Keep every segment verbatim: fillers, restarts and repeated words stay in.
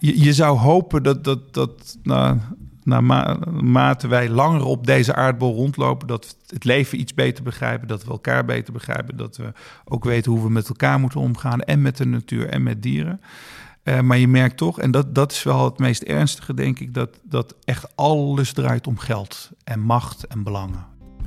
je, je zou hopen dat, dat, dat nou, naarmate wij langer op deze aardbol rondlopen, dat we het leven iets beter begrijpen, dat we elkaar beter begrijpen, dat we ook weten hoe we met elkaar moeten omgaan en met de natuur en met dieren. Uh, maar je merkt toch, en dat, dat is wel het meest ernstige, denk ik, dat, dat echt alles draait om geld en macht en belangen.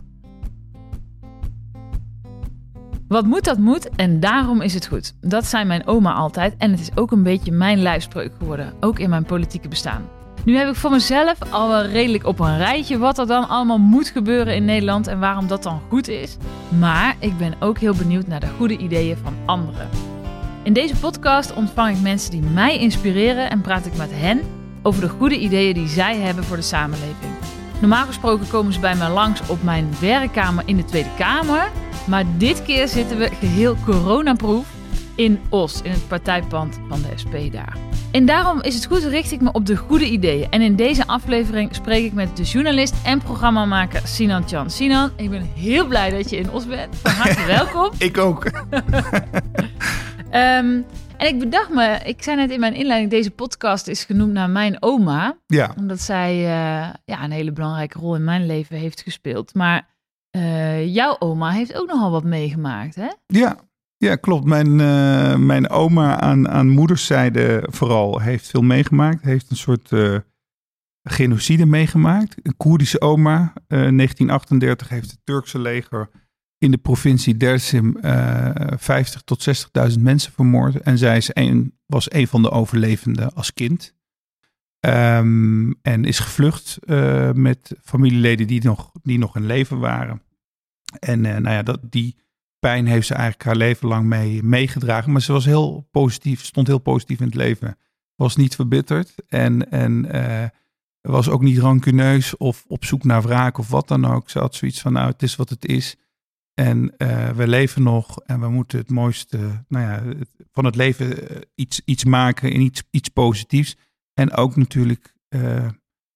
Wat moet, dat moet en daarom is het goed. Dat zei mijn oma altijd en het is ook een beetje mijn lijfspreuk geworden, ook in mijn politieke bestaan. Nu heb ik voor mezelf al wel redelijk op een rijtje wat er dan allemaal moet gebeuren in Nederland en waarom dat dan goed is. Maar ik ben ook heel benieuwd naar de goede ideeën van anderen. In deze podcast ontvang ik mensen die mij inspireren en praat ik met hen over de goede ideeën die zij hebben voor de samenleving. Normaal gesproken komen ze bij mij langs op mijn werkkamer in de Tweede Kamer. Maar dit keer zitten we geheel coronaproof in Os, in het partijpand van de S P daar. En daarom is het goed, richt ik me op de goede ideeën. En in deze aflevering spreek ik met de journalist en programmamaker Sinan Can. Sinan, ik ben heel blij dat je in Os bent. Van harte welkom. Ik ook. um, en ik bedacht me, ik zei net in mijn inleiding, deze podcast is genoemd naar mijn oma. Ja. Omdat zij uh, ja, een hele belangrijke rol in mijn leven heeft gespeeld. Maar uh, jouw oma heeft ook nogal wat meegemaakt, hè? Ja. Ja, klopt. Mijn, uh, mijn oma aan, aan moederszijde vooral heeft veel meegemaakt. Heeft een soort uh, genocide meegemaakt. Een Koerdische oma. Uh, negentien achtendertig heeft het Turkse leger in de provincie Dersim uh, vijftig tot zestigduizend mensen vermoord. En zij is een, was een van de overlevenden als kind. Um, en is gevlucht uh, met familieleden die nog, die nog in leven waren. En uh, nou ja, dat, die... pijn heeft ze eigenlijk haar leven lang mee meegedragen. Maar ze was heel positief, stond heel positief in het leven. Was niet verbitterd en, en uh, was ook niet rancuneus of op zoek naar wraak of wat dan ook. Ze had zoiets van, nou, het is wat het is. En uh, we leven nog en we moeten het mooiste nou ja, van het leven uh, iets, iets maken in iets, iets positiefs. En ook natuurlijk uh,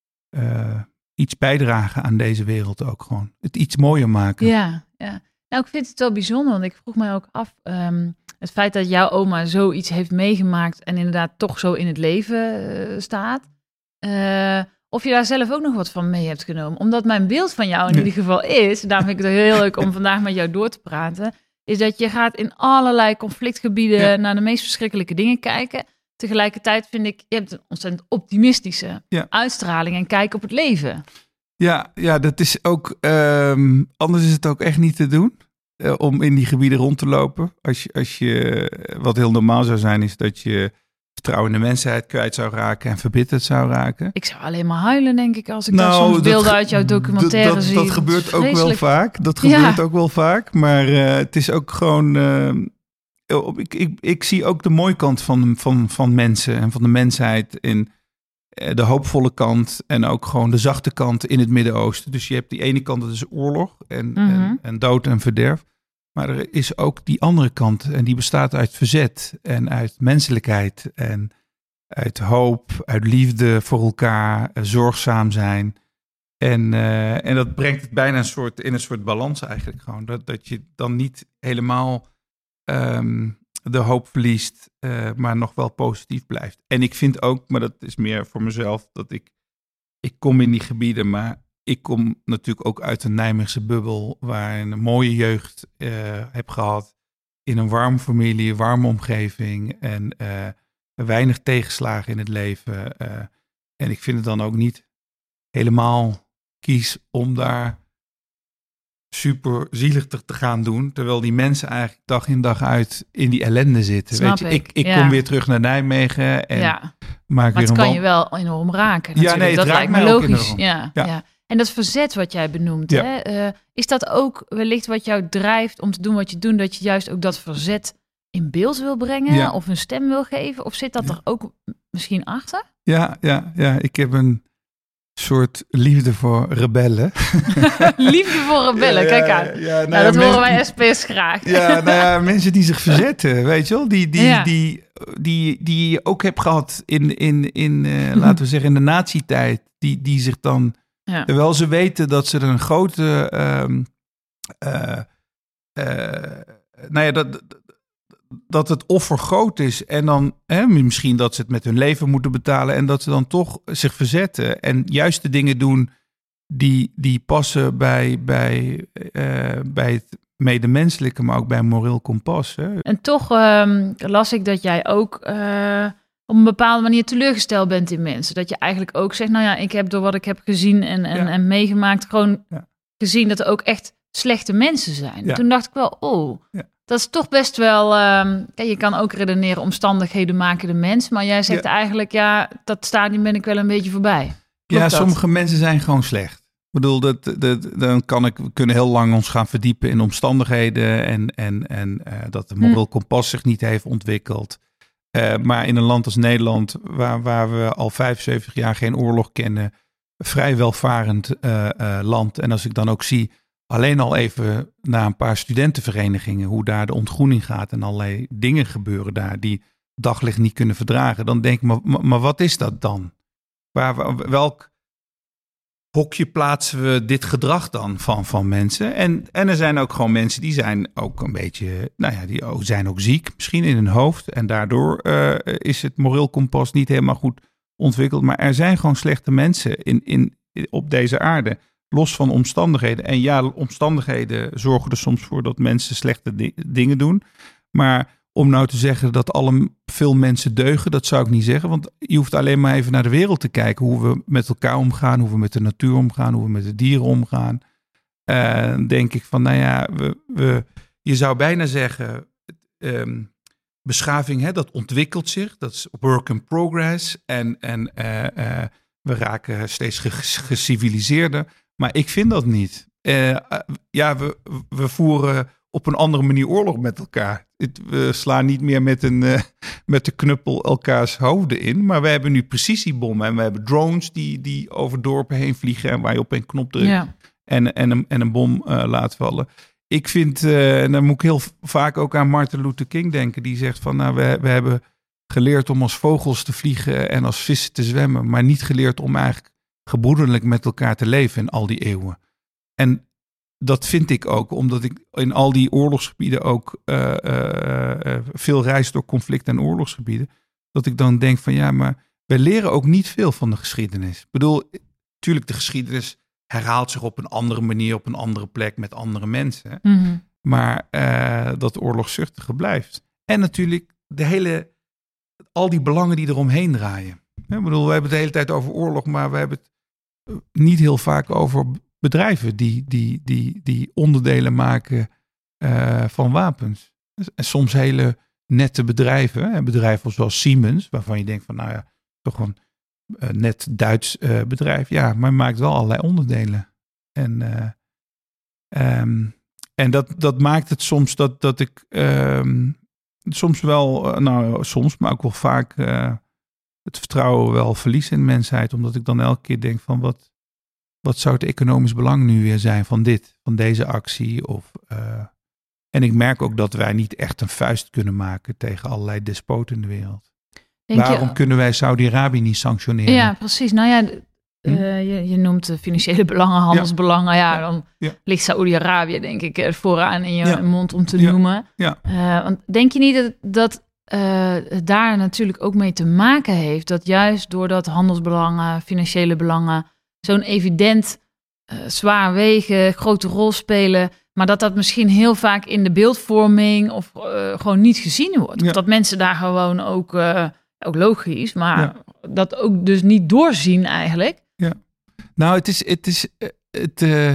uh, iets bijdragen aan deze wereld ook gewoon. Het iets mooier maken. Ja, ja. Nou, ik vind het wel bijzonder, want ik vroeg mij ook af, um, het feit dat jouw oma zoiets heeft meegemaakt en inderdaad toch zo in het leven uh, staat, uh, of je daar zelf ook nog wat van mee hebt genomen. Omdat mijn beeld van jou in ja. ieder geval is, daarom vind ik het heel leuk om vandaag met jou door te praten, is dat je gaat in allerlei conflictgebieden ja. naar de meest verschrikkelijke dingen kijken. Tegelijkertijd vind ik, je hebt een ontzettend optimistische ja. uitstraling en kijk op het leven. Ja, ja, dat is ook, um, anders is het ook echt niet te doen uh, om in die gebieden rond te lopen. Als je, als je, wat heel normaal zou zijn, is dat je vertrouwen in de mensheid kwijt zou raken en verbitterd zou raken. Ik zou alleen maar huilen, denk ik, als ik nou, dan soms beelden ge- uit jouw documentaire d- dat, zie. Dat gebeurt ook wel vaak, dat gebeurt ja. ook wel vaak, maar uh, het is ook gewoon, uh, ik, ik, ik zie ook de mooie kant van, van, van mensen en van de mensheid in de hoopvolle kant en ook gewoon de zachte kant in het Midden-Oosten. Dus je hebt die ene kant, dat is oorlog en, mm-hmm. en, en dood en verderf. Maar er is ook die andere kant en die bestaat uit verzet en uit menselijkheid en uit hoop, uit liefde voor elkaar, zorgzaam zijn. En, uh, en dat brengt het bijna een soort, in een soort balans eigenlijk gewoon. Dat, dat je dan niet helemaal um, de hoop verliest, uh, maar nog wel positief blijft. En ik vind ook, maar dat is meer voor mezelf, dat ik, ik kom in die gebieden, maar ik kom natuurlijk ook uit een Nijmeegse bubbel, waar ik een mooie jeugd uh, heb gehad, in een warme familie, warme omgeving en uh, weinig tegenslagen in het leven. Uh, en ik vind het dan ook niet helemaal kies om daar super zielig te, te gaan doen, terwijl die mensen eigenlijk dag in dag uit in die ellende zitten. Snap Weet je, ik, ik, ik ja. kom weer terug naar Nijmegen en ja. maak maar weer het een kan wand- je wel enorm raken. Ja, Natuurlijk. nee, het dat raakt lijkt me mij ook logisch. enorm. Ja, Ja. ja. En dat verzet wat jij benoemt, Ja. hè? Uh, is dat ook wellicht wat jou drijft om te doen wat je doet, dat je juist ook dat verzet in beeld wil brengen Ja. of een stem wil geven? Of zit dat Ja. er ook misschien achter? Ja, ja, ja, ik heb een soort liefde voor rebellen. Liefde voor rebellen, Ja, kijk ja, aan. ja, nou, nou ja, dat men- horen wij S P'ers graag. Ja, nou ja, mensen die zich verzetten, weet je wel. Die, die, Ja. die, die, die je ook hebt gehad in, in, in uh, laten we zeggen, in de nazi-tijd. Die, die zich dan, Ja. terwijl ze weten dat ze er een grote, um, uh, uh, nou ja, dat, dat het offer groot is. En dan hè, misschien dat ze het met hun leven moeten betalen. En dat ze dan toch zich verzetten. En juist de dingen doen die, die passen bij, bij, uh, bij het medemenselijke, maar ook bij een moreel kompas. Hè. En toch um, las ik dat jij ook uh, op een bepaalde manier teleurgesteld bent in mensen. Dat je eigenlijk ook zegt, nou ja, ik heb door wat ik heb gezien en, en, ja. en meegemaakt, gewoon ja. gezien dat er ook echt slechte mensen zijn. Ja. Toen dacht ik wel, oh, ja. dat is toch best wel... Um, ja, je kan ook redeneren, omstandigheden maken de mens. Maar jij zegt ja. eigenlijk, ja, dat stadium ben ik wel een beetje voorbij. Klopt ja, dat? Sommige mensen zijn gewoon slecht. Ik bedoel, dat, dat, dan kan ik, we kunnen heel lang ons gaan verdiepen in omstandigheden en, en, en uh, dat de moreel hm. kompas zich niet heeft ontwikkeld. Uh, maar in een land als Nederland, waar, waar we al vijfenzeventig jaar geen oorlog kennen, vrij welvarend uh, uh, land. En als ik dan ook zie, alleen al even naar een paar studentenverenigingen, hoe daar de ontgroening gaat en allerlei dingen gebeuren daar die daglicht niet kunnen verdragen. Dan denk ik, maar, maar, maar wat is dat dan? Waar, welk hokje plaatsen we dit gedrag dan van, van mensen? En, en er zijn ook gewoon mensen die zijn ook een beetje, nou ja, die zijn ook ziek, misschien in hun hoofd. En daardoor uh, is het moreel kompas niet helemaal goed ontwikkeld. Maar er zijn gewoon slechte mensen in, in, op deze aarde, los van omstandigheden. En ja, omstandigheden zorgen er soms voor dat mensen slechte di- dingen doen. Maar om nou te zeggen dat alle veel mensen deugen, dat zou ik niet zeggen. Want je hoeft alleen maar even naar de wereld te kijken. Hoe we met elkaar omgaan, hoe we met de natuur omgaan, hoe we met de dieren omgaan. Uh, denk ik van, nou ja, we, we, je zou bijna zeggen, um, beschaving, hè, dat ontwikkelt zich. Dat is work in progress. En, en uh, uh, we raken steeds geciviliseerder. Maar ik vind dat niet. Uh, ja, we, we voeren op een andere manier oorlog met elkaar. We slaan niet meer met, een, uh, met de knuppel elkaars hoofden in. Maar we hebben nu precisiebommen. En we hebben drones die, die over dorpen heen vliegen. En waar je op een knop drukt. Ja. En, en, een, en een bom uh, laat vallen. Ik vind, uh, en dan moet ik heel vaak ook aan Martin Luther King denken. Die zegt van, nou, we, we hebben geleerd om als vogels te vliegen en als vissen te zwemmen. Maar niet geleerd om eigenlijk gebroederlijk met elkaar te leven in al die eeuwen. En dat vind ik ook, omdat ik in al die oorlogsgebieden ook uh, uh, uh, veel reis door conflict en oorlogsgebieden. Dat ik dan denk van ja, maar wij leren ook niet veel van de geschiedenis. Ik bedoel, natuurlijk de geschiedenis herhaalt zich op een andere manier, op een andere plek met andere mensen. Mm-hmm. Maar uh, dat oorlogszuchtige blijft. En natuurlijk de hele, al die belangen die eromheen draaien. Ik bedoel, we hebben het de hele tijd over oorlog, maar we hebben het niet heel vaak over bedrijven die, die, die, die onderdelen maken uh, van wapens. En soms hele nette bedrijven. Hè? Bedrijven zoals Siemens, waarvan je denkt van nou ja, toch een uh, net Duits uh, bedrijf. Ja, maar maakt wel allerlei onderdelen. En, uh, um, en dat, dat maakt het soms dat, dat ik um, soms wel, uh, nou soms, maar ook wel vaak uh, het vertrouwen wel verlies in de mensheid. Omdat ik dan elke keer denk van wat Wat zou het economisch belang nu weer zijn van dit, van deze actie? Of, uh, en ik merk ook dat wij niet echt een vuist kunnen maken tegen allerlei despoten in de wereld. Denk Waarom je, kunnen wij Saudi-Arabië niet sanctioneren? Ja, precies. Nou ja, hm? uh, je, je noemt de financiële belangen, handelsbelangen. Ja, ja, dan ja. ligt Saudi-Arabië denk ik vooraan in je ja. mond om te ja. noemen. Ja. Uh, want denk je niet dat, dat uh, het daar natuurlijk ook mee te maken heeft? Dat juist doordat handelsbelangen, financiële belangen zo'n evident uh, zwaar wegen, grote rol spelen, maar dat dat misschien heel vaak in de beeldvorming of uh, gewoon niet gezien wordt. Ja. Of dat mensen daar gewoon ook, uh, ook logisch, maar ja. dat ook dus niet doorzien eigenlijk. Ja. Nou, het is, het is, het, uh,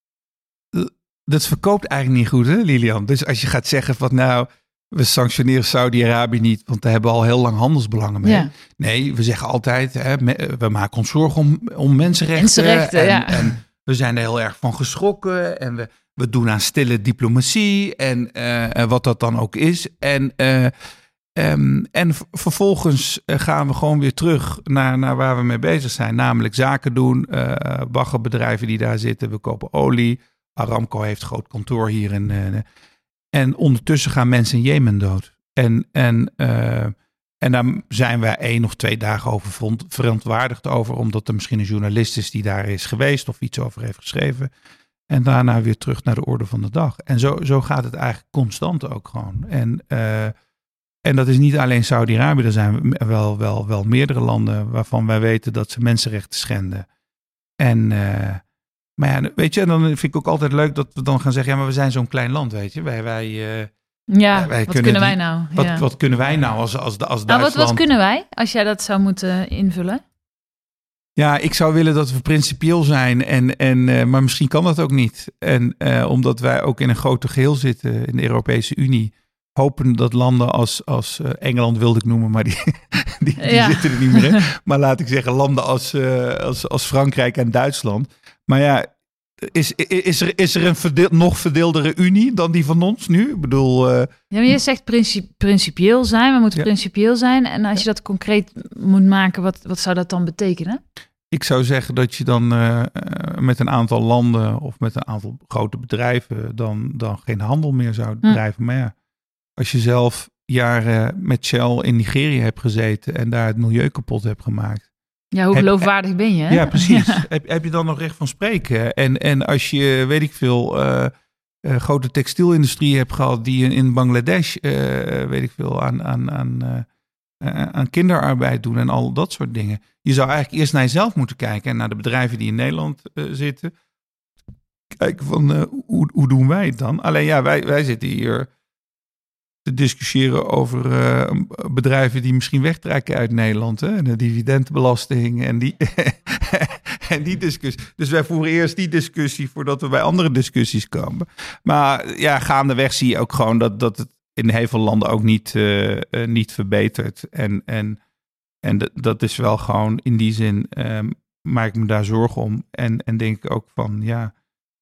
dat verkoopt eigenlijk niet goed, hè, Lilian? Dus als je gaat zeggen van nou, we sanctioneren Saudi-Arabië niet, want daar hebben we al heel lang handelsbelangen mee. Ja. Nee, we zeggen altijd, hè, we maken ons zorgen om, om mensenrechten. Mensenrechten, en, ja. En we zijn er heel erg van geschrokken. En we, we doen aan stille diplomatie. En uh, wat dat dan ook is. En, uh, um, en v- vervolgens gaan we gewoon weer terug naar, naar waar we mee bezig zijn. Namelijk zaken doen. Uh, baggerbedrijven die daar zitten. We kopen olie. Aramco heeft een groot kantoor hier in... Uh, En ondertussen gaan mensen in Jemen dood. En, en, uh, en daar zijn wij één of twee dagen over verontwaardigd over. Omdat er misschien een journalist is die daar is geweest of iets over heeft geschreven. En daarna weer terug naar de orde van de dag. En zo, zo gaat het eigenlijk constant ook gewoon. En, uh, en dat is niet alleen Saudi-Arabië. Er zijn wel, wel, wel meerdere landen waarvan wij weten dat ze mensenrechten schenden. En, uh, maar ja, weet je, dan vind ik ook altijd leuk dat we dan gaan zeggen, ja, maar we zijn zo'n klein land, weet je. Wij, wij, uh, ja, wij wat kunnen, kunnen wij die, nou? Wat, ja. wat kunnen wij nou als, als, als nou, Duitsland? Wat, wat kunnen wij, als jij dat zou moeten invullen? Ja, ik zou willen dat we principieel zijn, en, en, uh, maar misschien kan dat ook niet. En uh, omdat wij ook in een groter geheel zitten in de Europese Unie, hopen dat landen als, als uh, Engeland wilde ik noemen, maar die, die, die ja. zitten er niet meer in. Maar laat ik zeggen, landen als, uh, als, als Frankrijk en Duitsland. Maar ja, is, is er, is er een verdeel, nog verdeeldere Unie dan die van ons nu? Ik bedoel... Uh, ja, maar je zegt princi- principieel zijn, we moeten ja. principieel zijn. En als je dat concreet moet maken, wat, wat zou dat dan betekenen? Ik zou zeggen dat je dan uh, met een aantal landen of met een aantal grote bedrijven dan, dan geen handel meer zou drijven. Hm. Maar ja, als je zelf jaren met Shell in Nigeria hebt gezeten en daar het milieu kapot hebt gemaakt. Ja, hoe geloofwaardig ben je? Hè? Ja, precies. Ja. Heb, heb je dan nog recht van spreken? En, en als je, weet ik veel, uh, uh, grote textielindustrie hebt gehad die in Bangladesh, uh, weet ik veel, aan, aan, aan, uh, aan kinderarbeid doen en al dat soort dingen. Je zou eigenlijk eerst naar jezelf moeten kijken en naar de bedrijven die in Nederland uh, zitten. Kijken van, uh, hoe, hoe doen wij het dan? Alleen ja, wij, wij zitten hier te discussiëren over uh, bedrijven die misschien wegtrekken uit Nederland. Hè? En de dividendbelasting en die, en die discussie. Dus wij voeren eerst die discussie voordat we bij andere discussies komen. Maar ja, gaandeweg zie je ook gewoon dat, dat het in heel veel landen ook niet, uh, uh, niet verbetert. En, en, en d- dat is wel gewoon in die zin, um, maak ik me daar zorgen om. En, en denk ik ook van, ja,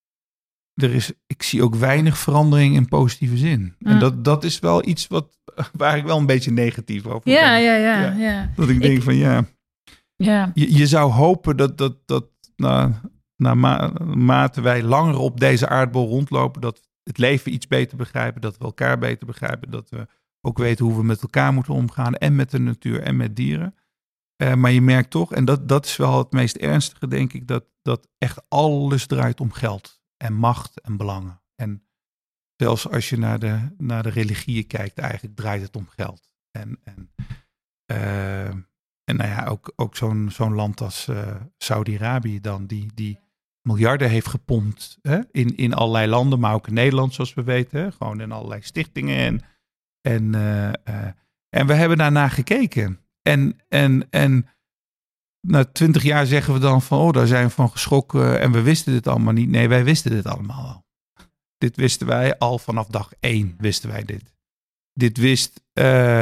er is, ik zie ook weinig verandering in positieve zin. Mm. En dat, dat is wel iets wat, waar ik wel een beetje negatief over ja, ben. Ja, ja, ja, ja. Dat ik denk ik, van ja, ja. Je, je zou hopen dat, dat, dat nou, naarmate wij langer op deze aardbol rondlopen, dat het leven iets beter begrijpen, dat we elkaar beter begrijpen, dat we ook weten hoe we met elkaar moeten omgaan en met de natuur en met dieren. Uh, maar je merkt toch, en dat, dat is wel het meest ernstige, denk ik, dat, dat echt alles draait om geld. En macht en belangen. En zelfs als je naar de, naar de religieën kijkt, eigenlijk draait het om geld. En, en, uh, en nou ja, ook, ook zo'n, zo'n land als uh, Saudi-Arabië dan, die, die miljarden heeft gepompt hè, in, in allerlei landen, maar ook in Nederland, zoals we weten. Hè, gewoon in allerlei stichtingen. En, en, uh, uh, en we hebben daarnaar gekeken. En, en, en na twintig jaar zeggen we dan van, oh, daar zijn we van geschrokken en we wisten dit allemaal niet. Nee, wij wisten dit allemaal al. Dit wisten wij al vanaf dag één, wisten wij dit. Dit wist uh,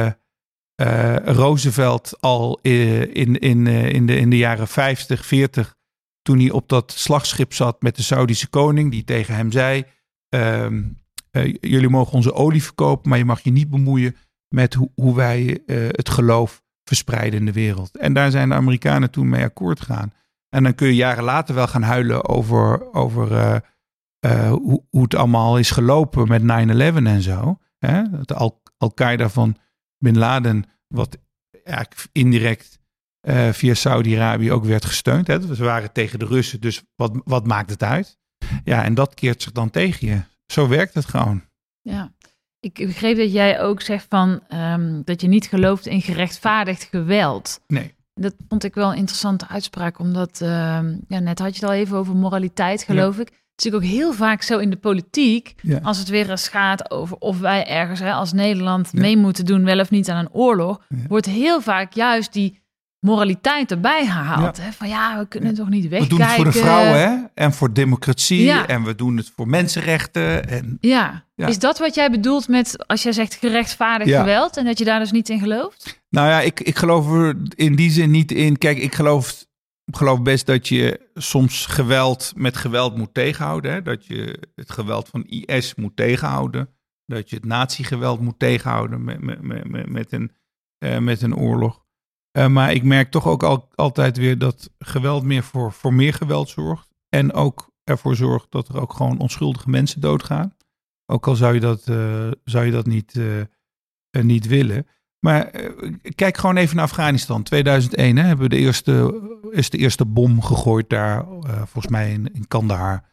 uh, Roosevelt al in, in, in, in, de, in de jaren vijftig, veertig, toen hij op dat slagschip zat met de Saudische koning, die tegen hem zei, uh, uh, jullie mogen onze olie verkopen, maar je mag je niet bemoeien met hoe, hoe wij uh, het geloof verspreiden in de wereld. En daar zijn de Amerikanen toen mee akkoord gegaan. En dan kun je jaren later wel gaan huilen over, over uh, uh, hoe, hoe het allemaal is gelopen met nine eleven en zo. Hè? De Al- Al-Qaeda van Bin Laden, wat eigenlijk indirect uh, via Saudi-Arabië ook werd gesteund. Hè? Ze waren tegen de Russen, dus wat, wat maakt het uit? Ja, en dat keert zich dan tegen je. Zo werkt het gewoon. Ja. Ik begreep dat jij ook zegt van um, dat je niet gelooft in gerechtvaardigd geweld. Nee. Dat vond ik wel een interessante uitspraak, omdat uh, ja, net had je het al even over moraliteit, geloof ja. ik. Het is natuurlijk ook heel vaak zo in de politiek, ja. als het weer eens gaat over of wij ergens hè, als Nederland ja. mee moeten doen, wel of niet aan een oorlog, ja. wordt heel vaak juist die moraliteit erbij gehaald. Ja. Hè? Van ja, we kunnen ja. toch niet wegkijken. We doen het voor de vrouwen hè? En voor democratie ja. en we doen het voor mensenrechten. En, ja. ja, is dat wat jij bedoelt met als jij zegt gerechtvaardigd ja. geweld en dat je daar dus niet in gelooft? Nou ja, ik, ik geloof er in die zin niet in. Kijk, ik geloof, geloof best dat je soms geweld met geweld moet tegenhouden. Hè? Dat je het geweld van I S moet tegenhouden. Dat je het nazi-geweld moet tegenhouden met, met, met, met, een, uh, met een oorlog. Uh, maar ik merk toch ook al, altijd weer dat geweld meer voor, voor meer geweld zorgt. En ook ervoor zorgt dat er ook gewoon onschuldige mensen doodgaan. Ook al zou je dat, uh, zou je dat niet, uh, uh, niet willen. Maar uh, kijk gewoon even naar Afghanistan. tweeduizend één hè, hebben we de eerste, is de eerste bom gegooid daar. Uh, volgens mij in, in Kandahar.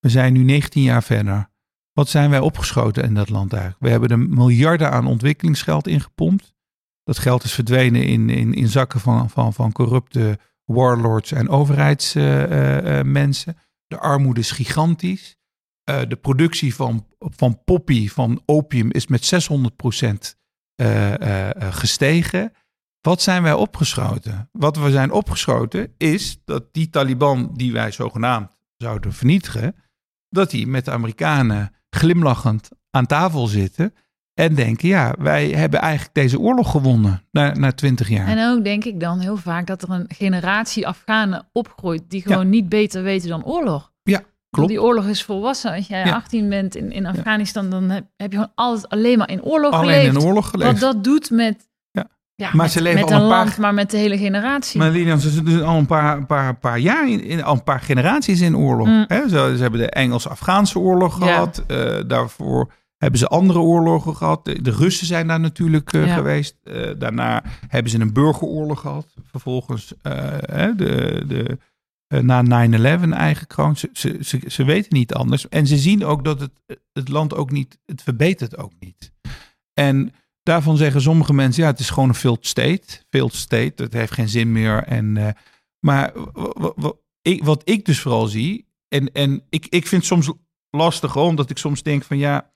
We zijn nu negentien jaar verder. Wat zijn wij opgeschoten in dat land eigenlijk? We hebben er miljarden aan ontwikkelingsgeld ingepompt. Dat geld is verdwenen in, in, in zakken van, van, van corrupte warlords en overheidsmensen. Uh, uh, de armoede is gigantisch. Uh, de productie van, van poppy, van opium, is met zeshonderd procent uh, uh, gestegen. Wat zijn wij opgeschoten? Wat we zijn opgeschoten is dat die Taliban die wij zogenaamd zouden vernietigen, dat die met de Amerikanen glimlachend aan tafel zitten en denken, ja, wij hebben eigenlijk deze oorlog gewonnen na, na twintig jaar. En ook denk ik dan heel vaak dat er een generatie Afghanen opgroeit die gewoon ja. niet beter weten dan oorlog. Ja, klopt. Die oorlog is volwassen. Als jij ja. achttien bent in, in Afghanistan, ja. dan heb, heb je gewoon altijd alleen maar in oorlog alleen geleefd. Alleen in oorlog geleefd. Wat dat doet met, ja. Ja, maar met, ze leven met al een een paar, land, maar met de hele generatie. Maar Lilian, ze zijn al een paar, paar, paar jaar, in, in, al een paar generaties in oorlog. Mm. Hè? Ze, ze hebben de Engels-Afghaanse oorlog gehad. Ja. Uh, daarvoor hebben ze andere oorlogen gehad. De, de Russen zijn daar natuurlijk uh, ja. geweest. Uh, daarna hebben ze een burgeroorlog gehad. Vervolgens uh, de, de, uh, na nine eleven eigenlijk gewoon. Ze, ze, ze, ze weten niet anders. En ze zien ook dat het, het land ook niet, het verbetert ook niet. En daarvan zeggen sommige mensen, ja, het is gewoon een failed state. Failed state, het heeft geen zin meer. En, uh, maar w- w- w- ik, wat ik dus vooral zie, en, en ik, ik vind het soms lastig, omdat ik soms denk van ja,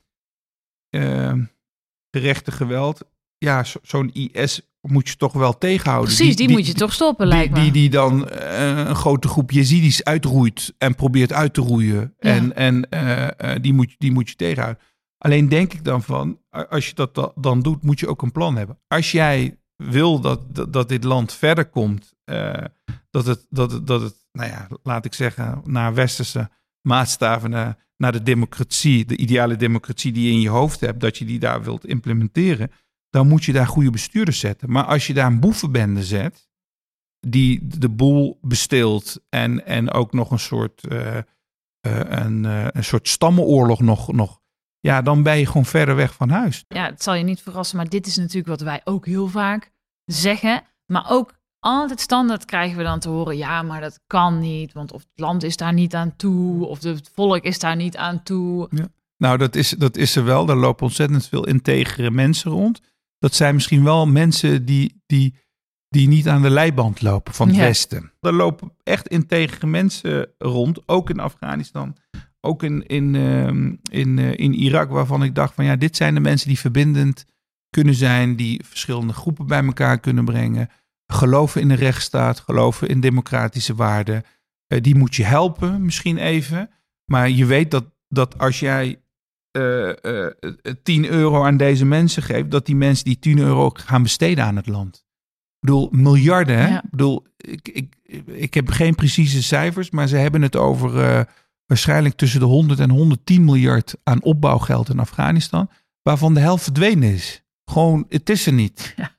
uh, gerechte geweld, ja, zo, zo'n I S moet je toch wel tegenhouden. Precies, die, die, die moet je die, toch stoppen, die, lijkt me. Die, die dan uh, een grote groep Jezidis uitroeit en probeert uit te roeien. Ja. En, en uh, uh, die, moet, die moet je tegenhouden. Alleen denk ik dan van, als je dat dan doet, moet je ook een plan hebben. Als jij wil dat, dat, dat dit land verder komt, uh, dat, het, dat, het, dat het, nou ja, laat ik zeggen, naar westerse maatstaven, naar, naar de democratie, de ideale democratie die je in je hoofd hebt, dat je die daar wilt implementeren, dan moet je daar goede bestuurders zetten. Maar als je daar een boevenbende zet, die de boel besteelt en, en ook nog een soort, uh, uh, een, uh, een soort stammenoorlog nog, nog ja, dan ben je gewoon verder weg van huis. Ja, het zal je niet verrassen, maar dit is natuurlijk wat wij ook heel vaak zeggen. Maar ook altijd standaard krijgen we dan te horen, ja, maar dat kan niet, want of het land is daar niet aan toe, of het volk is daar niet aan toe. Ja. Nou, dat is, dat is er wel. Daar lopen ontzettend veel integere mensen rond. Dat zijn misschien wel mensen die, die, die niet aan de leiband lopen van het ja. Westen. Er lopen echt integere mensen rond, ook in Afghanistan. Ook in, in, uh, in, uh, in Irak, waarvan ik dacht van ja, dit zijn de mensen die verbindend kunnen zijn, die verschillende groepen bij elkaar kunnen brengen, geloven in de rechtsstaat, geloven in democratische waarden. Uh, die moet je helpen misschien even, maar je weet dat, dat als jij uh, uh, tien euro aan deze mensen geeft, dat die mensen die tien euro ook gaan besteden aan het land. Ik bedoel, miljarden, hè? Ja. Ik bedoel, ik, ik, ik heb geen precieze cijfers, maar ze hebben het over Uh, waarschijnlijk tussen de honderd en honderdtien miljard aan opbouwgeld in Afghanistan, waarvan de helft verdwenen is. Gewoon, het is er niet. Ja.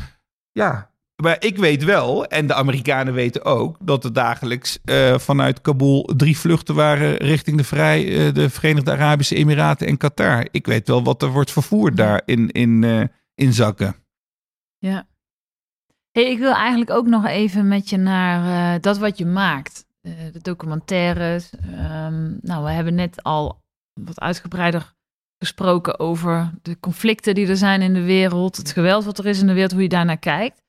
ja, maar ik weet wel, en de Amerikanen weten ook, dat er dagelijks uh, vanuit Kabul drie vluchten waren richting de, vrij, uh, de Verenigde Arabische Emiraten en Qatar. Ik weet wel wat er wordt vervoerd daar in, in, uh, in zakken. Ja. Hey, ik wil eigenlijk ook nog even met je naar uh, dat wat je maakt. Uh, de documentaires. Um, nou, we hebben net al wat uitgebreider gesproken over de conflicten die er zijn in de wereld, het geweld wat er is in de wereld, hoe je daarnaar kijkt.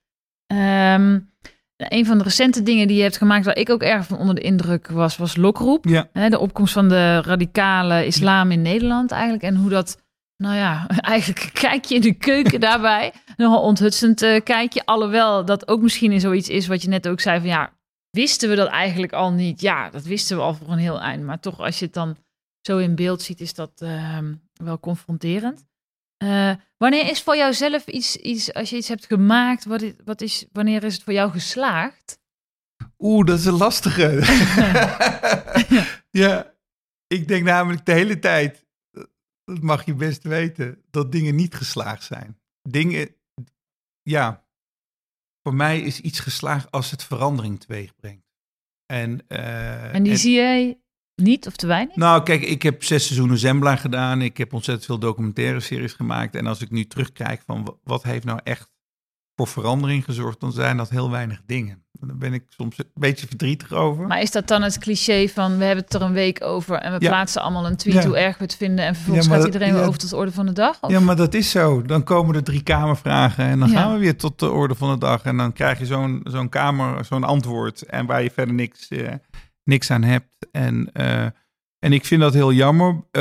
Um, een van de recente dingen die je hebt gemaakt, waar ik ook erg van onder de indruk was, was Lokroep. Ja. Hè, de opkomst van de radicale islam in Nederland eigenlijk. En hoe dat, nou ja, eigenlijk een kijkje in de keuken daarbij. Nogal onthutsend uh, kijkje. Alhoewel dat ook misschien in zoiets is wat je net ook zei van ja, wisten we dat eigenlijk al niet? Ja, dat wisten we al voor een heel eind. Maar toch, als je het dan zo in beeld ziet, is dat uh, wel confronterend. Uh, wanneer is voor jou zelf iets, iets, als je iets hebt gemaakt, wat is, wat is, wanneer is het voor jou geslaagd? Oeh, dat is een lastige. ja. ja, ik denk namelijk de hele tijd, dat mag je best weten, dat dingen niet geslaagd zijn. Dingen, ja... Voor mij is iets geslaagd als het verandering teweeg brengt. En, uh, en die en, zie jij niet of te weinig? Nou, kijk, ik heb zes seizoenen Zembla gedaan. Ik heb ontzettend veel documentaire series gemaakt. En als ik nu terugkijk van wat heeft nou echt voor verandering gezorgd, dan zijn dat heel weinig dingen. Daar ben ik soms een beetje verdrietig over. Maar is dat dan het cliché van we hebben het er een week over en we ja. plaatsen allemaal een tweet ja. hoe erg we het vinden en vervolgens ja, gaat iedereen dat, weer ja, over tot de orde van de dag? Of? Ja, maar dat is zo. Dan komen er drie kamervragen en dan ja. gaan we weer tot de orde van de dag en dan krijg je zo'n, zo'n kamer, zo'n antwoord en waar je verder niks, uh, niks aan hebt. En, uh, en ik vind dat heel jammer. Uh,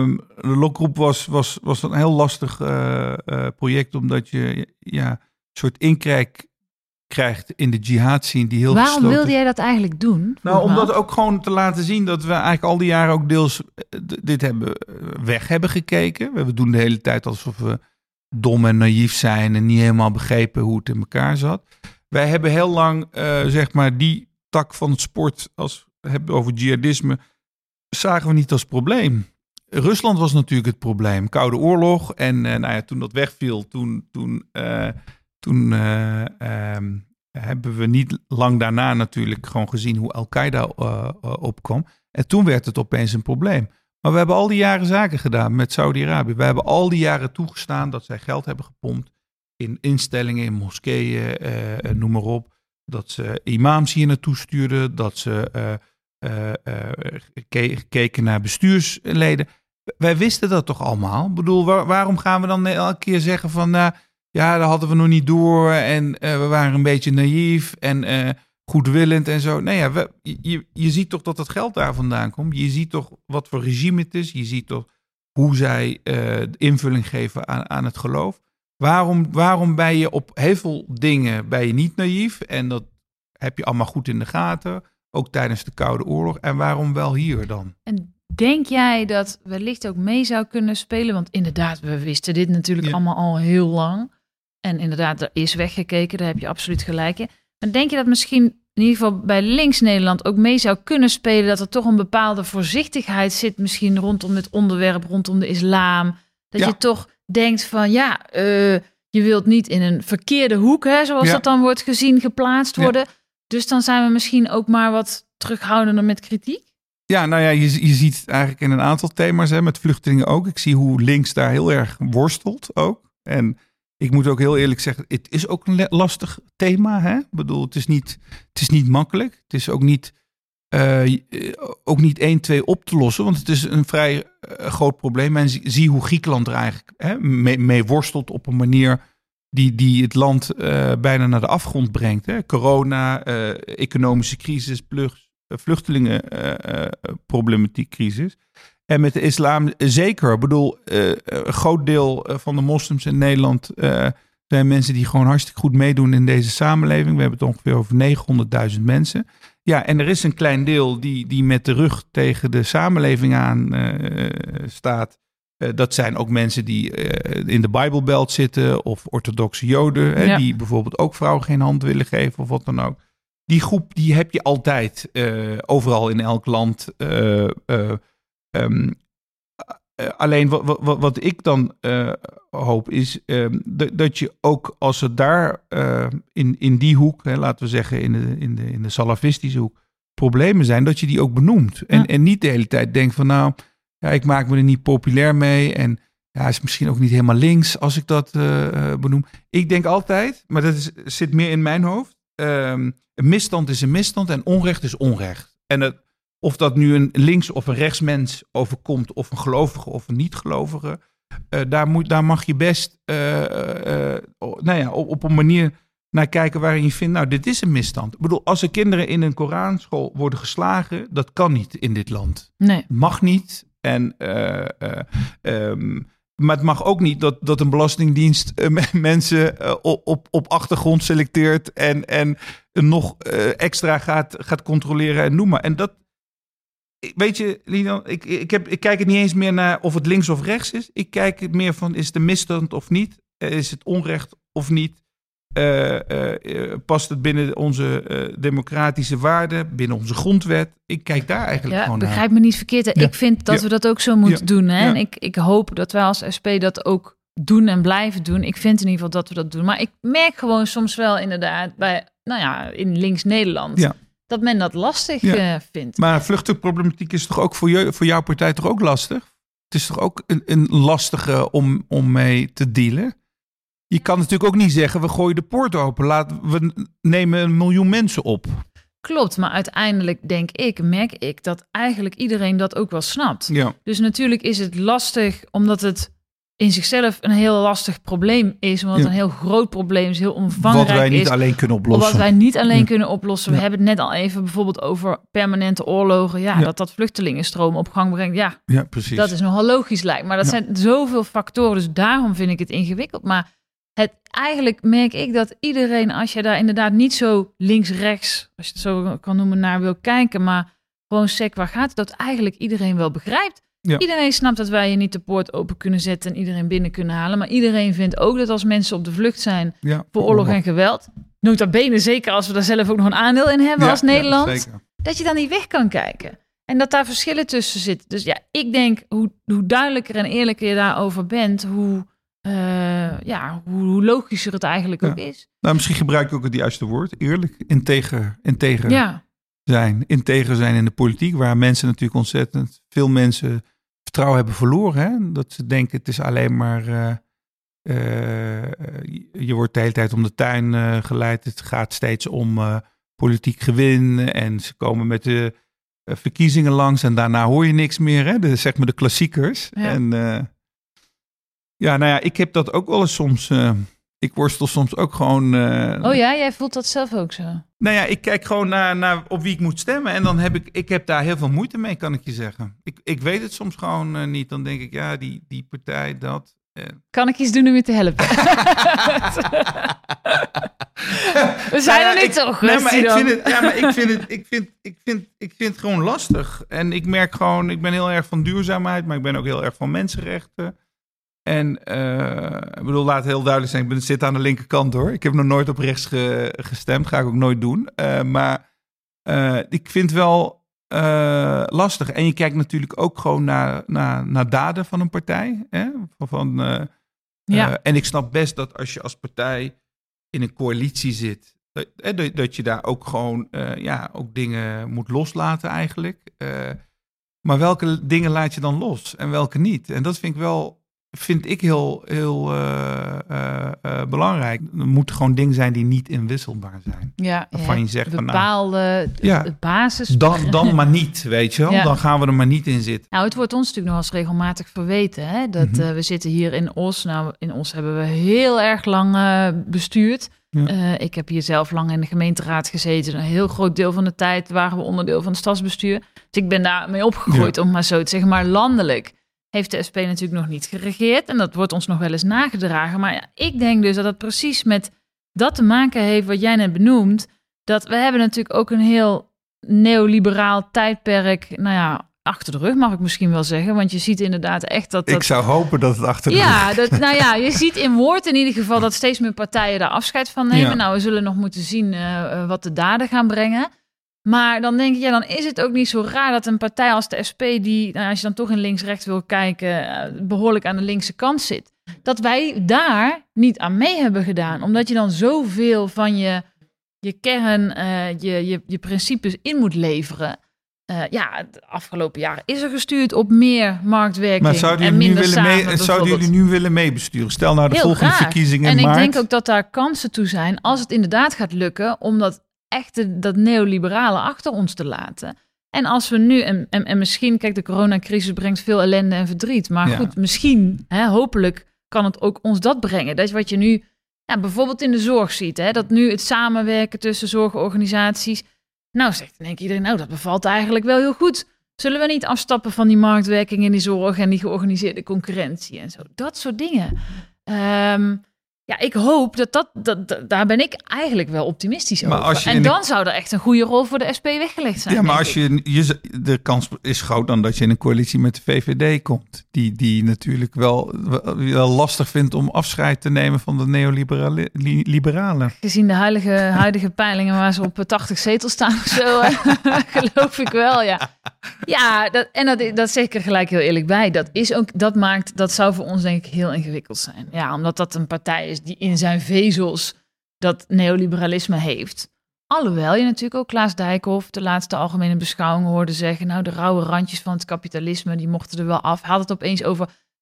de lokroep was, was, was een heel lastig uh, uh, project, omdat je ja, een soort inkijk krijgt in de jihad-scene die heel Waarom gesloten... wilde jij dat eigenlijk doen? Nou, om dat ook gewoon te laten zien dat we eigenlijk al die jaren ook deels dit hebben weg hebben gekeken. We doen de hele tijd alsof we dom en naïef zijn en niet helemaal begrepen hoe het in elkaar zat. Wij hebben heel lang, uh, zeg maar, die tak van het sport, als we hebben over jihadisme, zagen we niet als probleem. Rusland was natuurlijk het probleem. Koude Oorlog en uh, nou ja, toen dat wegviel, toen... toen uh, Toen uh, um, hebben we niet lang daarna natuurlijk gewoon gezien hoe Al-Qaeda uh, uh, opkwam. En toen werd het opeens een probleem. Maar we hebben al die jaren zaken gedaan met Saudi-Arabië. We hebben al die jaren toegestaan dat zij geld hebben gepompt in instellingen, in moskeeën, uh, noem maar op. Dat ze imams hier naartoe stuurden, dat ze uh, uh, uh, ke- keken naar bestuursleden. Wij wisten dat toch allemaal? Ik bedoel, waar, waarom gaan we dan elke keer zeggen van... Uh, Ja, dat hadden we nog niet door en uh, we waren een beetje naïef en uh, goedwillend en zo. Nou ja, we, je, je ziet toch dat het geld daar vandaan komt. Je ziet toch wat voor regime het is. Je ziet toch hoe zij uh, invulling geven aan, aan het geloof. Waarom, waarom ben je op heel veel dingen ben je niet naïef? En dat heb je allemaal goed in de gaten, ook tijdens de Koude Oorlog. En waarom wel hier dan? En denk jij dat wellicht ook mee zou kunnen spelen? Want inderdaad, we wisten dit natuurlijk ja. allemaal al heel lang. En inderdaad, er is weggekeken, daar heb je absoluut gelijk in. Maar denk je dat misschien in ieder geval bij links Nederland ook mee zou kunnen spelen... dat er toch een bepaalde voorzichtigheid zit misschien rondom het onderwerp, rondom de islam? Dat ja. je toch denkt van ja, uh, je wilt niet in een verkeerde hoek, hè, zoals ja. dat dan wordt gezien, geplaatst worden. Ja. Dus dan zijn we misschien ook maar wat terughoudender met kritiek? Ja, nou ja, je, je ziet het eigenlijk in een aantal thema's, hè, met vluchtelingen ook. Ik zie hoe links daar heel erg worstelt ook. En... Ik moet ook heel eerlijk zeggen, het is ook een lastig thema. Hè? Ik bedoel, het is niet, het is niet makkelijk. Het is ook niet, uh, ook niet één, twee op te lossen. Want het is een vrij uh, groot probleem. En zie, zie hoe Griekenland er eigenlijk hè, mee, mee worstelt op een manier die, die het land uh, bijna naar de afgrond brengt. Hè? Corona, uh, economische crisis, plus vluchtelingenproblematiek, uh, crisis. En met de islam zeker. Ik bedoel, uh, een groot deel van de moslims in Nederland uh, zijn mensen die gewoon hartstikke goed meedoen in deze samenleving. We hebben het ongeveer over negenhonderdduizend mensen. Ja, en er is een klein deel die, die met de rug tegen de samenleving aan uh, staat. Uh, dat zijn ook mensen die uh, in de Bijbelbelt zitten of orthodoxe Joden. Ja. Hè, die bijvoorbeeld ook vrouwen geen hand willen geven of wat dan ook. Die groep die heb je altijd uh, overal in elk land. Uh, uh, Um, uh, alleen wat, wat, wat ik dan uh, hoop is um, d- dat je ook als het daar uh, in, in die hoek, hè, laten we zeggen in de, in, de, in de salafistische hoek, problemen zijn, dat je die ook benoemt. En, ja. en niet de hele tijd denkt van nou, ja, ik maak me er niet populair mee en ja, is misschien ook niet helemaal links als ik dat uh, benoem. Ik denk altijd, maar dat is, zit meer in mijn hoofd, um, een misstand is een misstand en onrecht is onrecht. En het Of dat nu een links- of een rechtsmens overkomt, of een gelovige of een niet-gelovige, uh, daar, moet, daar mag je best uh, uh, nou ja, op, op een manier naar kijken waarin je vindt, nou, dit is een misstand. Ik bedoel, als er kinderen in een Koranschool worden geslagen, dat kan niet in dit land. Nee. Mag niet. En, uh, uh, um, maar het mag ook niet dat, dat een belastingdienst uh, mensen uh, op, op achtergrond selecteert en, en nog uh, extra gaat, gaat controleren en noem maar. En dat Weet je, Lino, ik, ik, heb, ik kijk het niet eens meer naar of het links of rechts is. Ik kijk het meer van, is het een misstand of niet? Is het onrecht of niet? Uh, uh, uh, past het binnen onze uh, democratische waarden, binnen onze grondwet? Ik kijk daar eigenlijk ja, gewoon naar. Begrijp me niet verkeerd. Ja. Ik vind dat ja. we dat ook zo moeten ja. doen. Hè? Ja. En ik, ik hoop dat wij als S P dat ook doen en blijven doen. Ik vind in ieder geval dat we dat doen. Maar ik merk gewoon soms wel inderdaad bij, nou ja, in links Nederland... Ja. dat men dat lastig ja. uh, vindt. Maar vluchtelingenproblematiek is toch ook voor, je, voor jouw partij toch ook lastig? Het is toch ook een, een lastige om, om mee te dealen? Je kan natuurlijk ook niet zeggen, we gooien de poort open. Laten we nemen een miljoen mensen op. Klopt, maar uiteindelijk denk ik, merk ik dat eigenlijk iedereen dat ook wel snapt. Ja. Dus natuurlijk is het lastig, omdat het in zichzelf een heel lastig probleem is. Omdat het ja. een heel groot probleem is, heel omvangrijk is. Wat wij niet is, alleen kunnen oplossen. Wat wij niet alleen ja. kunnen oplossen. We ja. hebben het net al even bijvoorbeeld over permanente oorlogen. Ja, ja. dat dat vluchtelingenstroom op gang brengt. Ja, ja, precies. Dat is nogal logisch lijkt. Maar dat ja. zijn zoveel factoren, dus daarom vind ik het ingewikkeld. Maar het, eigenlijk merk ik dat iedereen, als je daar inderdaad niet zo links-rechts, als je het zo kan noemen, naar wil kijken, maar gewoon sec, waar gaat het, dat eigenlijk iedereen wel begrijpt. Ja. Iedereen snapt dat wij je niet de poort open kunnen zetten en iedereen binnen kunnen halen. Maar iedereen vindt ook dat als mensen op de vlucht zijn ja, voor oorlog en geweld, nota bene, zeker als we daar zelf ook nog een aandeel in hebben ja, als Nederland, ja, dat je dan niet weg kan kijken. En dat daar verschillen tussen zitten. Dus ja, ik denk hoe, hoe duidelijker en eerlijker je daarover bent, hoe, uh, ja, hoe, hoe logischer het eigenlijk ja. ook is. Nou, misschien gebruik ik ook het juiste woord, eerlijk, integer, integer ja. zijn. Integer zijn in de politiek, waar mensen natuurlijk ontzettend, veel mensen vertrouwen hebben verloren. Hè? Dat ze denken het is alleen maar, uh, uh, je wordt de hele tijd om de tuin uh, geleid. Het gaat steeds om uh, politiek gewin en ze komen met de uh, verkiezingen langs en daarna hoor je niks meer. Hè? De, zeg maar de klassiekers. Ja. En uh, ja, nou ja, ik heb dat ook wel eens soms. Uh, ik worstel soms ook gewoon. Uh, oh ja, jij voelt dat zelf ook zo? Nou ja, ik kijk gewoon naar, naar op wie ik moet stemmen. En dan heb ik, ik heb daar heel veel moeite mee, kan ik je zeggen. Ik, ik weet het soms gewoon uh, niet. Dan denk ik, ja, die, die partij, dat. Uh. Kan ik iets doen om je te helpen? We zijn nou ja, er niet zo nee, maar ik vind het, ja, maar ik vind het, ik vind, ik vind, ik vind het gewoon lastig. En ik merk gewoon, ik ben heel erg van duurzaamheid, maar ik ben ook heel erg van mensenrechten. En uh, ik bedoel, laat het heel duidelijk zijn, ik ben, zit aan de linkerkant hoor. Ik heb nog nooit op rechts ge, gestemd, ga ik ook nooit doen. Uh, maar uh, ik vind het wel uh, lastig. En je kijkt natuurlijk ook gewoon naar, naar, naar daden van een partij. Hè? Van, van, uh, ja. uh, en ik snap best dat als je als partij in een coalitie zit, dat, dat je daar ook gewoon uh, ja, ook dingen moet loslaten eigenlijk. Uh, maar welke dingen laat je dan los en welke niet? En dat vind ik wel... vind ik heel, heel uh, uh, uh, belangrijk. Er moeten gewoon dingen zijn die niet inwisselbaar zijn. Ja, waarvan je zegt bepaalde van, nou, ja, basis. Dan, dan maar niet, weet je wel. Ja. Dan gaan we er maar niet in zitten. Nou, het wordt ons natuurlijk nog eens regelmatig verweten. Hè? Dat mm-hmm. uh, we zitten hier in Os. Nou, in Os hebben we heel erg lang uh, bestuurd. Ja. Uh, ik heb hier zelf lang in de gemeenteraad gezeten. Een heel groot deel van de tijd waren we onderdeel van het stadsbestuur. Dus ik ben daarmee opgegroeid, ja. om maar zo te zeggen. Maar landelijk heeft de S P natuurlijk nog niet geregeerd. En dat wordt ons nog wel eens nagedragen. Maar ja, ik denk dus dat het precies met dat te maken heeft wat jij net benoemt. Dat we hebben natuurlijk ook een heel neoliberaal tijdperk, nou ja, achter de rug mag ik misschien wel zeggen. Want je ziet inderdaad echt dat... dat ik zou hopen dat het achter de ja, rug... dat, nou ja, je ziet in woord in ieder geval dat steeds meer partijen daar afscheid van nemen. Ja. Nou, we zullen nog moeten zien uh, wat de daden gaan brengen. Maar dan denk ik, ja, dan is het ook niet zo raar dat een partij als de S P, die, nou, als je dan toch in links-rechts wil kijken, behoorlijk aan de linkse kant zit, dat wij daar niet aan mee hebben gedaan. Omdat je dan zoveel van je, je kern, uh, je, je, je principes in moet leveren. Uh, ja, de afgelopen jaren is er gestuurd op meer marktwerking maar zouden en minder samen. Mee, zouden jullie nu willen meebesturen? Stel nou de Heel volgende graag. verkiezingen in en maart. En ik denk ook dat daar kansen toe zijn, als het inderdaad gaat lukken, omdat echt dat neoliberale achter ons te laten. En als we nu, en, en, en misschien, kijk, de coronacrisis brengt veel ellende en verdriet. Maar ja. goed, misschien, hè, hopelijk kan het ook ons dat brengen. Dat is wat je nu ja, bijvoorbeeld in de zorg ziet. Hè, dat nu het samenwerken tussen zorgorganisaties. Nou, zegt dan denk iedereen, nou, dat bevalt eigenlijk wel heel goed. Zullen we niet afstappen van die marktwerking in die zorg en die georganiseerde concurrentie en zo? Dat soort dingen. Um, Ja, ik hoop dat dat, dat, dat... Daar ben ik eigenlijk wel optimistisch maar over. Als je en dan de... zou er echt een goede rol voor de S P weggelegd zijn. Ja, maar als je, je... De kans is groot dan dat je in een coalitie met de V V D komt. Die, die natuurlijk wel, wel lastig vindt om afscheid te nemen van de neoliberalen. Gezien de huidige, huidige peilingen waar ze op tachtig zetels staan of zo, geloof ik wel, ja. Ja, dat, en dat, dat zeg ik er gelijk heel eerlijk bij. Dat, is ook, dat maakt, dat zou voor ons denk ik heel ingewikkeld zijn. Ja, omdat dat een partij is die in zijn vezels dat neoliberalisme heeft. Alhoewel je natuurlijk ook Klaas Dijkhoff de laatste algemene beschouwing hoorde zeggen, nou, de rauwe randjes van het kapitalisme, die mochten er wel af. Had het opeens over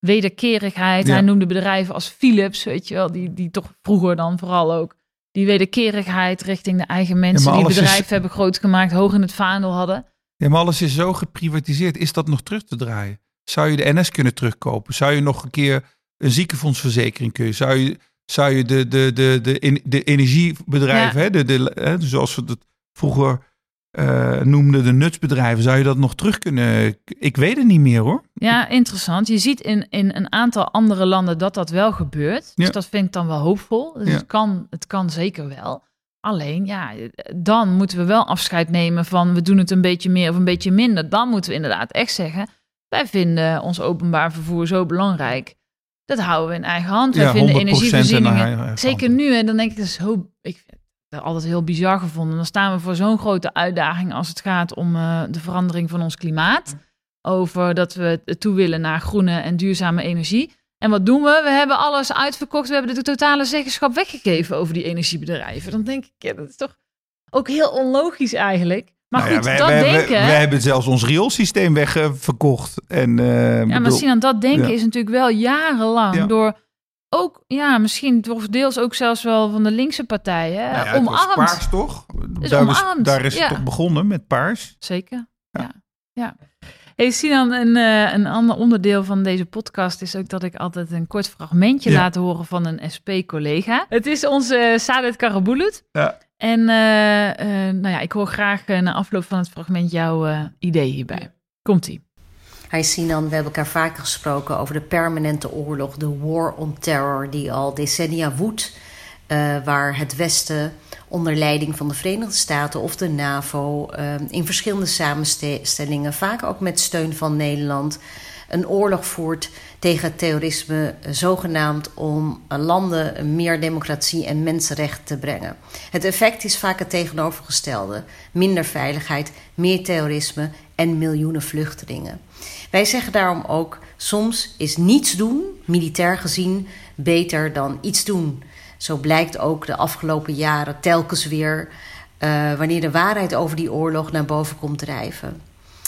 wederkerigheid. Ja. Hij noemde bedrijven als Philips, weet je wel, die, die toch vroeger dan vooral ook die wederkerigheid richting de eigen mensen ja, die bedrijven is... hebben groot gemaakt, hoog in het vaandel hadden. Ja, maar alles is zo geprivatiseerd. Is dat nog terug te draaien? Zou je de N S kunnen terugkopen? Zou je nog een keer een ziekenfondsverzekering kunnen? Zou je, zou je de, de, de, de, de energiebedrijven, ja. hè, de, de, hè, zoals we het vroeger uh, noemden, de nutsbedrijven, zou je dat nog terug kunnen? Ik weet het niet meer hoor. Ja, interessant. Je ziet in, in een aantal andere landen dat dat wel gebeurt. Dus ja. dat vind ik dan wel hoopvol. Dus ja. het, kan, het kan zeker wel. Alleen, ja, dan moeten we wel afscheid nemen van we doen het een beetje meer of een beetje minder. Dan moeten we inderdaad echt zeggen, wij vinden ons openbaar vervoer zo belangrijk. Dat houden we in eigen hand. Wij ja, vinden energievoorzieningen, zeker nu. En dan denk ik, dat is zo, ik vind dat altijd heel bizar gevonden. Dan staan we voor zo'n grote uitdaging als het gaat om uh, de verandering van ons klimaat. Over dat we toe willen naar groene en duurzame energie. En wat doen we? We hebben alles uitverkocht. We hebben de totale zeggenschap weggegeven over die energiebedrijven. Dan denk ik, ja, dat is toch ook heel onlogisch eigenlijk. Maar nou goed, ja, wij, dat wij, denken... Wij, wij hebben zelfs ons rioolsysteem wegverkocht. En, uh, ja, bedoel, maar Sinan, dat denken ja. is natuurlijk wel jarenlang ja. door ook, ja, misschien door deels ook zelfs wel van de linkse partijen. Nou ja, omarmd. Het was Paars, toch? Dus daar, omarmd. Was, daar is ja. het toch begonnen met Paars? Zeker, ja. ja. ja. Hey Sinan, een, uh, een ander onderdeel van deze podcast is ook dat ik altijd een kort fragmentje ja. laat horen van een S P-collega. Het is onze uh, Saadet Karabulut. Ja. En uh, uh, nou ja, ik hoor graag uh, na afloop van het fragment jouw uh, idee hierbij. Komt-ie. Hi Sinan, we hebben elkaar vaker gesproken over de permanente oorlog, de War on Terror, die al decennia woedt, uh, waar het Westen onder leiding van de Verenigde Staten of de NAVO uh, in verschillende samenstellingen, vaak ook met steun van Nederland, een oorlog voert tegen het terrorisme, zogenaamd om landen meer democratie en mensenrechten te brengen. Het effect is vaak het tegenovergestelde. Minder veiligheid, meer terrorisme en miljoenen vluchtelingen. Wij zeggen daarom ook, soms is niets doen, militair gezien, beter dan iets doen. Zo blijkt ook de afgelopen jaren telkens weer, uh, wanneer de waarheid over die oorlog naar boven komt drijven.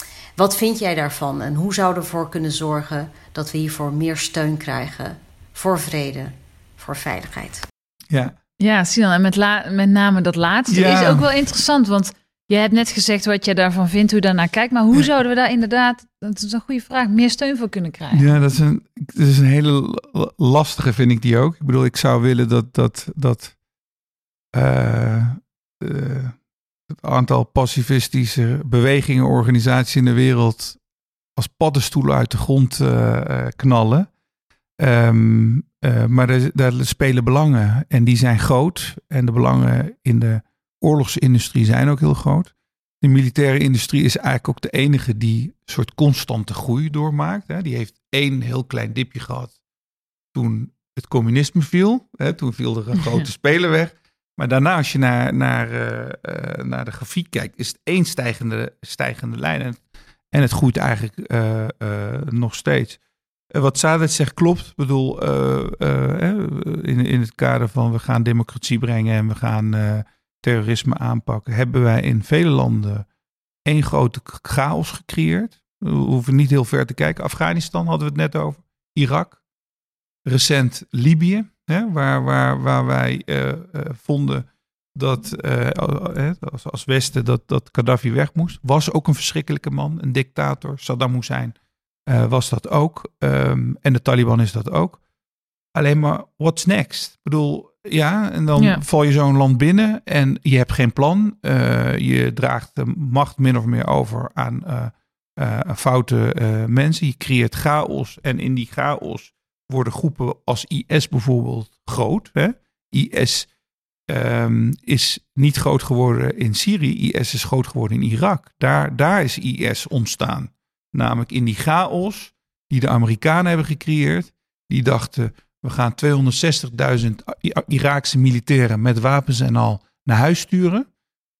Wat vind jij daarvan en hoe zouden we ervoor kunnen zorgen dat we hiervoor meer steun krijgen voor vrede, voor veiligheid? Ja, ja Sinan, en met, la- met name dat laatste ja. is ook wel interessant, want je hebt net gezegd wat jij daarvan vindt, hoe je daarnaar kijkt, maar hoe ja. zouden we daar inderdaad, dat is een goede vraag, meer steun voor kunnen krijgen? Ja, dat is een, dat is een hele lastige, vind ik die ook. Ik bedoel, ik zou willen dat, dat, dat uh, uh, het aantal pacifistische bewegingen, organisaties in de wereld als paddenstoelen uit de grond uh, knallen. Um, uh, maar daar, daar spelen belangen en die zijn groot. En de belangen in de oorlogsindustrie zijn ook heel groot. De militaire industrie is eigenlijk ook de enige die een soort constante groei doormaakt. Hè. Die heeft één heel klein dipje gehad toen het communisme viel. Hè. Toen viel er een grote speler weg. Maar daarna, als je naar, naar, uh, uh, naar de grafiek kijkt, is het één stijgende, stijgende lijn. En, en het groeit eigenlijk uh, uh, nog steeds. Uh, wat Saadet zegt klopt. Ik bedoel, uh, uh, in, in het kader van we gaan democratie brengen en we gaan uh, terrorisme aanpakken, hebben wij in vele landen één grote chaos gecreëerd. We hoeven niet heel ver te kijken. Afghanistan hadden we het net over. Irak. Recent Libië. Hè, waar, waar, waar wij uh, uh, vonden dat uh, als, als Westen dat, dat Gaddafi weg moest. Was ook een verschrikkelijke man, een dictator. Saddam Hussein uh, was dat ook. Um, en de Taliban is dat ook. Alleen maar, what's next? Ik bedoel, ja, en dan ja. val je zo'n land binnen en je hebt geen plan. Uh, je draagt de macht min of meer over aan uh, uh, foute uh, mensen. Je creëert chaos en in die chaos worden groepen als I S bijvoorbeeld groot. Hè? I S um, is niet groot geworden in Syrië. I S is groot geworden in Irak. Daar, daar is I S ontstaan. Namelijk in die chaos die de Amerikanen hebben gecreëerd. Die dachten, we gaan tweehonderdzestigduizend Iraakse militairen met wapens en al naar huis sturen.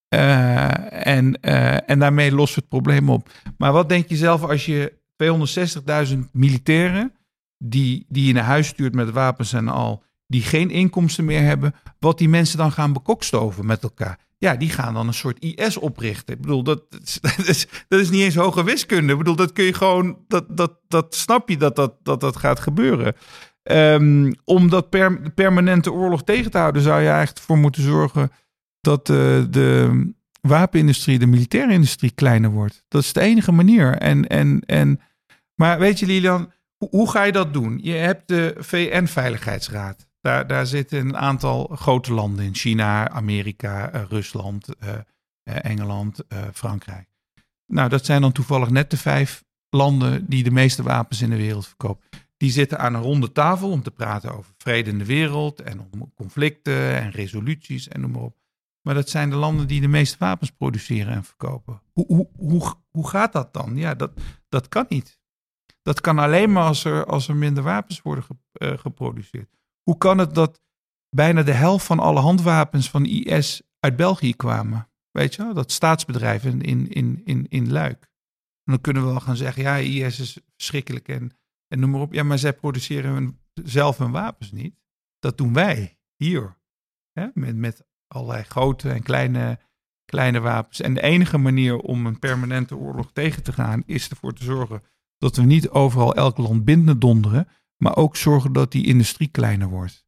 Uh, en, uh, en daarmee lossen we het probleem op. Maar wat denk je zelf als je tweehonderdzestigduizend militairen Die, die je naar huis stuurt met wapens en al, die geen inkomsten meer hebben, wat die mensen dan gaan bekokstoven met elkaar. Ja, die gaan dan een soort I S oprichten. Ik bedoel, dat, dat, is, dat is niet eens hoge wiskunde. Ik bedoel, dat kun je gewoon, dat, dat, dat snap je dat dat, dat, dat gaat gebeuren. Um, om dat per, permanente oorlog tegen te houden, zou je eigenlijk voor moeten zorgen dat uh, de wapenindustrie, de militaire industrie kleiner wordt. Dat is de enige manier. En, en, en, maar weet je, Lilian, hoe, hoe ga je dat doen? Je hebt de V N-veiligheidsraad. Daar, daar zitten een aantal grote landen in. China, Amerika, uh, Rusland, uh, uh, Engeland, uh, Frankrijk. Nou, dat zijn dan toevallig net de vijf landen die de meeste wapens in de wereld verkopen. Die zitten aan een ronde tafel om te praten over vrede in de wereld en om conflicten en resoluties en noem maar op. Maar dat zijn de landen die de meeste wapens produceren en verkopen. Hoe, hoe, hoe, hoe gaat dat dan? Ja, dat, dat kan niet. Dat kan alleen maar als er, als er minder wapens worden ge, uh, geproduceerd. Hoe kan het dat bijna de helft van alle handwapens van I S uit België kwamen? Weet je wel, dat staatsbedrijf in, in, in, in, in Luik. En dan kunnen we wel gaan zeggen, ja, I S is verschrikkelijk en, en noem maar op. Ja, maar zij produceren hun, zelf hun wapens niet. Dat doen wij hier. Hè? Met, met allerlei grote en kleine, kleine wapens. En de enige manier om een permanente oorlog tegen te gaan is ervoor te zorgen dat we niet overal elk land binden donderen, maar ook zorgen dat die industrie kleiner wordt.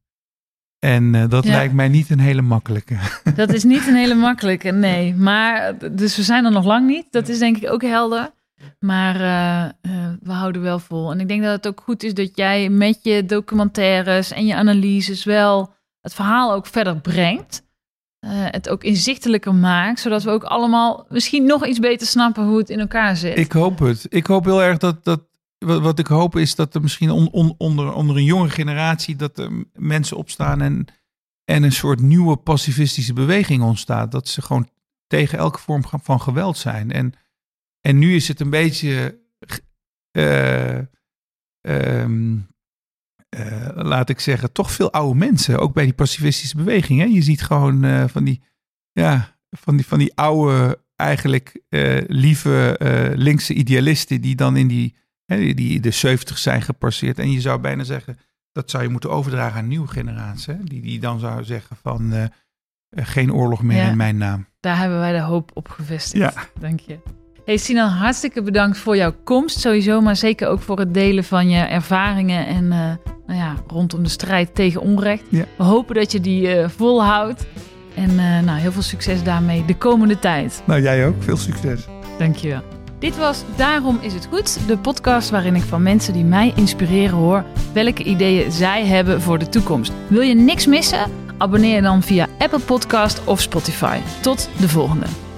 En uh, dat ja. lijkt mij niet een hele makkelijke. Dat is niet een hele makkelijke, nee. Maar, dus we zijn er nog lang niet. Dat is denk ik ook helder. Maar uh, uh, we houden wel vol. En ik denk dat het ook goed is dat jij met je documentaires en je analyses wel het verhaal ook verder brengt. Uh, het ook inzichtelijker maakt, zodat we ook allemaal misschien nog iets beter snappen hoe het in elkaar zit. Ik hoop het. Ik hoop heel erg dat... dat wat, wat ik hoop is dat er misschien on, on, onder, onder een jonge generatie dat er mensen opstaan en, en een soort nieuwe pacifistische beweging ontstaat. Dat ze gewoon tegen elke vorm van geweld zijn. En, en nu is het een beetje... Uh, um, Uh, laat ik zeggen, toch veel oude mensen. Ook bij die pacifistische beweging. Hè? Je ziet gewoon uh, van, die, ja, van, die, van die oude, eigenlijk uh, lieve uh, linkse idealisten die dan in die, hè, die de zeventig zijn gepasseerd. En je zou bijna zeggen, dat zou je moeten overdragen aan een nieuwe generatie. Hè? Die, die dan zou zeggen van uh, uh, geen oorlog meer ja, in mijn naam. Daar hebben wij de hoop op gevestigd, ja. Dank je. Hey Sinan, hartstikke bedankt voor jouw komst sowieso, maar zeker ook voor het delen van je ervaringen en uh, nou ja, rondom de strijd tegen onrecht. Ja. We hopen dat je die uh, volhoudt en uh, nou, heel veel succes daarmee de komende tijd. Nou, jij ook. Veel succes. Dankjewel. Dit was Daarom is het goed, de podcast waarin ik van mensen die mij inspireren hoor welke ideeën zij hebben voor de toekomst. Wil je niks missen? Abonneer je dan via Apple Podcast of Spotify. Tot de volgende.